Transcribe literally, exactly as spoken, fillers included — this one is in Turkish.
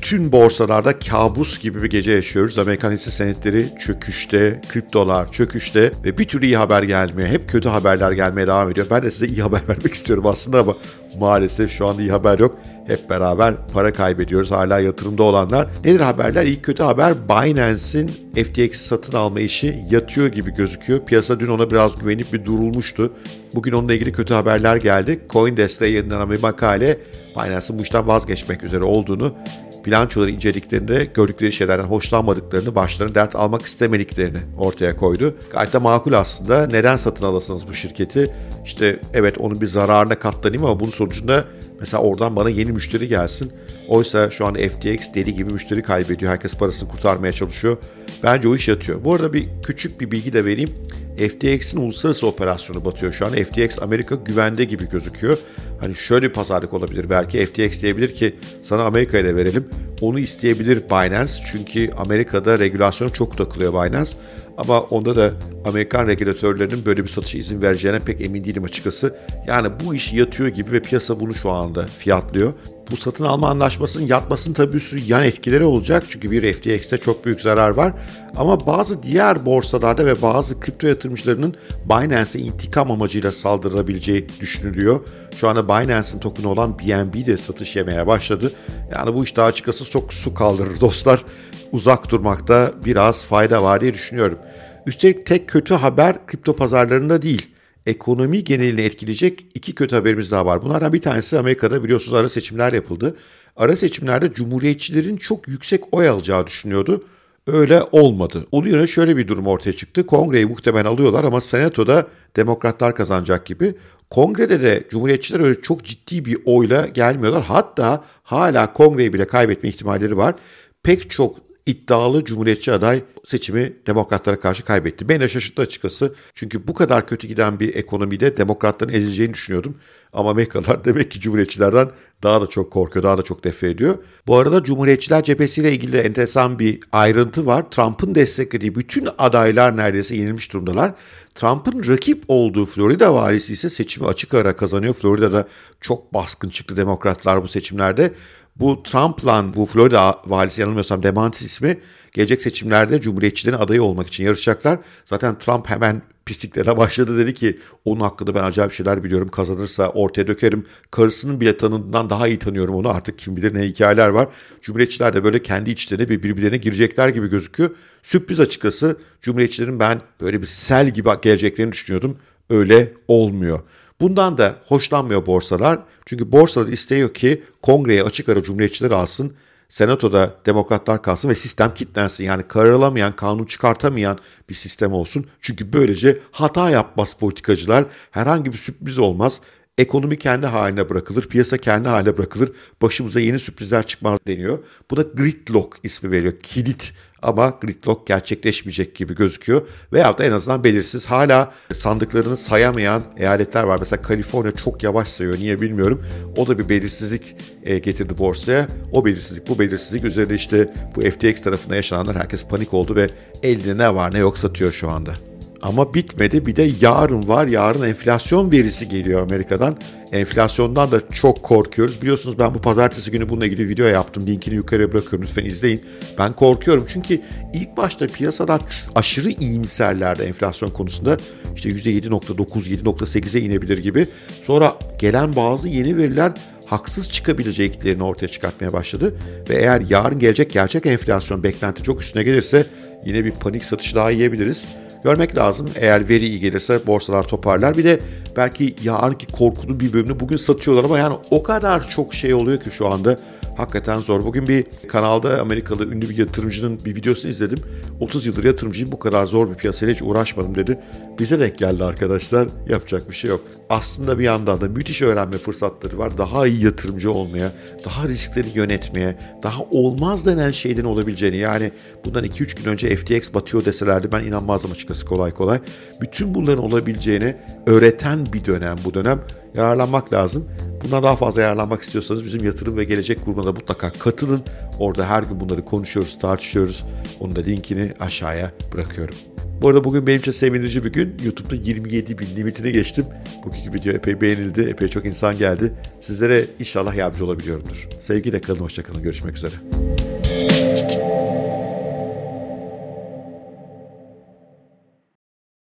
bütün borsalarda kabus gibi bir gece yaşıyoruz. Amerikan hisse senetleri çöküşte, kriptolar çöküşte ve bir türlü iyi haber gelmiyor. Hep kötü haberler gelmeye devam ediyor. Ben de size iyi haber vermek istiyorum aslında ama maalesef şu anda iyi haber yok. Hep beraber para kaybediyoruz hala yatırımda olanlar. Nedir haberler? İlk kötü haber Binance'in F T X'i satın alma işi yatıyor gibi gözüküyor. Piyasa dün ona biraz güvenip bir durulmuştu. Bugün onunla ilgili kötü haberler geldi. CoinDesk'te yayınlanan bir makale Binance'in bu işten vazgeçmek üzere olduğunu, bilançoları incelediklerinde gördükleri şeylerden hoşlanmadıklarını, başlarına dert almak istemediklerini ortaya koydu. Gayet de makul aslında. Neden satın alasınız bu şirketi? İşte evet onun bir zararına katlanayım ama bunun sonucunda mesela oradan bana yeni müşteri gelsin. Oysa şu an F T X deli gibi müşteri kaybediyor. Herkes parasını kurtarmaya çalışıyor. Bence o iş yatıyor. Bu arada bir küçük bir bilgi de vereyim. F T X'in uluslararası operasyonu batıyor şu an. F T X Amerika güvende gibi gözüküyor. Hani şöyle bir pazarlık olabilir belki. F T X diyebilir ki sana Amerika ile verelim. Onu isteyebilir Binance. Çünkü Amerika'da regülasyona çok takılıyor Binance. Ama onda da Amerikan regülatörlerinin böyle bir satışa izin vereceğine pek emin değilim açıkçası. Yani bu iş yatıyor gibi ve piyasa bunu şu anda fiyatlıyor. Bu satın alma anlaşmasının yatmasının tabii bir sürü yan etkileri olacak. Çünkü bir F T X'te çok büyük zarar var. Ama bazı diğer borsalarda ve bazı kripto yatırımcılarının Binance'e intikam amacıyla saldırabileceği düşünülüyor. Şu anda Binance'in token'ı olan B N B de satış yemeye başladı. Yani bu iş daha açıkçası çok su kaldırır dostlar. Uzak durmakta biraz fayda var diye düşünüyorum. Üstelik tek kötü haber kripto pazarlarında değil. Ekonomi genelini etkileyecek iki kötü haberimiz daha var. Bunlardan bir tanesi Amerika'da biliyorsunuz ara seçimler yapıldı. Ara seçimlerde Cumhuriyetçilerin çok yüksek oy alacağı düşünüyordu. Öyle olmadı. Oluyor şöyle bir durum ortaya çıktı. Kongreyi muhtemelen alıyorlar ama Senato'da Demokratlar kazanacak gibi. Kongrede de Cumhuriyetçiler öyle çok ciddi bir oyla gelmiyorlar. Hatta hala Kongreyi bile kaybetme ihtimalleri var. Pek çok iddialı Cumhuriyetçi aday seçimi Demokratlara karşı kaybetti. Beni de şaşırttı açıkçası. Çünkü bu kadar kötü giden bir ekonomide Demokratların ezileceğini düşünüyordum. Ama Amerikalılar demek ki Cumhuriyetçilerden daha da çok korkuyor, daha da çok nefret ediyor. Bu arada Cumhuriyetçiler cephesiyle ilgili de enteresan bir ayrıntı var. Trump'ın desteklediği bütün adaylar neredeyse yenilmiş durumdalar. Trump'ın rakip olduğu Florida valisi ise seçimi açık ara kazanıyor. Florida'da çok baskın çıktı Demokratlar bu seçimlerde. Bu Trump'la bu Florida valisi yanılmıyorsam DeSantis ismi gelecek seçimlerde Cumhuriyetçilerin adayı olmak için yarışacaklar. Zaten Trump hemen pisliklere başladı, dedi ki onun hakkında ben acayip şeyler biliyorum, kazanırsa ortaya dökerim. Karısının bile tanıdığından daha iyi tanıyorum onu, artık kim bilir ne hikayeler var. Cumhuriyetçiler de böyle kendi içlerine bir birbirlerine girecekler gibi gözüküyor. Sürpriz açıkçası. Cumhuriyetçilerin ben böyle bir sel gibi geleceklerini düşünüyordum. Öyle olmuyor. Bundan da hoşlanmıyor borsalar. Çünkü borsalar istiyor ki kongreye açık ara Cumhuriyetçiler alsın, Senato'da Demokratlar kalsın ve sistem kilitlensin. Yani karar alamayan, kanun çıkartamayan bir sistem olsun. Çünkü böylece hata yapmaz politikacılar, herhangi bir sürpriz olmaz. Ekonomi kendi haline bırakılır, piyasa kendi haline bırakılır, başımıza yeni sürprizler çıkmaz deniyor. Bu da gridlock ismi veriyor, kilit. Ama gridlock gerçekleşmeyecek gibi gözüküyor. Veyahut da en azından belirsiz. Hala sandıklarını sayamayan eyaletler var. Mesela Kaliforniya çok yavaş sayıyor. Niye bilmiyorum. O da bir belirsizlik getirdi borsaya. O belirsizlik, bu belirsizlik üzerinde işte bu F T X tarafında yaşananlar, herkes panik oldu ve elde ne var ne yok satıyor şu anda. Ama bitmedi. Bir de yarın var. Yarın enflasyon verisi geliyor Amerika'dan. Enflasyondan da çok korkuyoruz. Biliyorsunuz ben bu pazartesi günü bununla ilgili video yaptım. Linkini yukarıya bırakıyorum. Lütfen izleyin. Ben korkuyorum. Çünkü ilk başta piyasalar aşırı iyimserlerdi enflasyon konusunda. İşte yüzde yedi nokta dokuz, yedi nokta sekize inebilir gibi. Sonra gelen bazı yeni veriler haksız çıkabileceklerini ortaya çıkartmaya başladı. Ve eğer yarın gelecek gerçek enflasyon beklenti çok üstüne gelirse yine bir panik satışı daha yiyebiliriz. Görmek lazım. Eğer veri iyi gelirse borsalar toparlar. Bir de belki yarınki korkunun bir bölümünü bugün satıyorlar ama yani o kadar çok şey oluyor ki şu anda. Hakikaten zor. Bugün bir kanalda Amerikalı ünlü bir yatırımcının bir videosunu izledim. otuz yıldır yatırımcıyım, bu kadar zor bir piyasayla hiç uğraşmadım dedi. Bize denk geldi arkadaşlar. Yapacak bir şey yok. Aslında bir yandan da müthiş öğrenme fırsatları var. Daha iyi yatırımcı olmaya, daha riskleri yönetmeye, daha olmaz denen şeyden olabileceğini, yani bundan iki üç gün önce F T X batıyor deselerdi ben inanmazdım açıkçası kolay kolay. Bütün bunların olabileceğini öğreten bir dönem bu dönem. Yararlanmak lazım. Bundan daha fazla yararlanmak istiyorsanız bizim yatırım ve gelecek grubuna mutlaka katılın. Orada her gün bunları konuşuyoruz, tartışıyoruz. Onun da linkini aşağıya bırakıyorum. Bu arada bugün benim için sevindirici bir gün. YouTube'da yirmi yedi bin limitini geçtim. Bugünkü video epey beğenildi. Epey çok insan geldi. Sizlere inşallah yardımcı olabiliyorumdur. Sevgiyle kalın, hoşça kalın. Görüşmek üzere.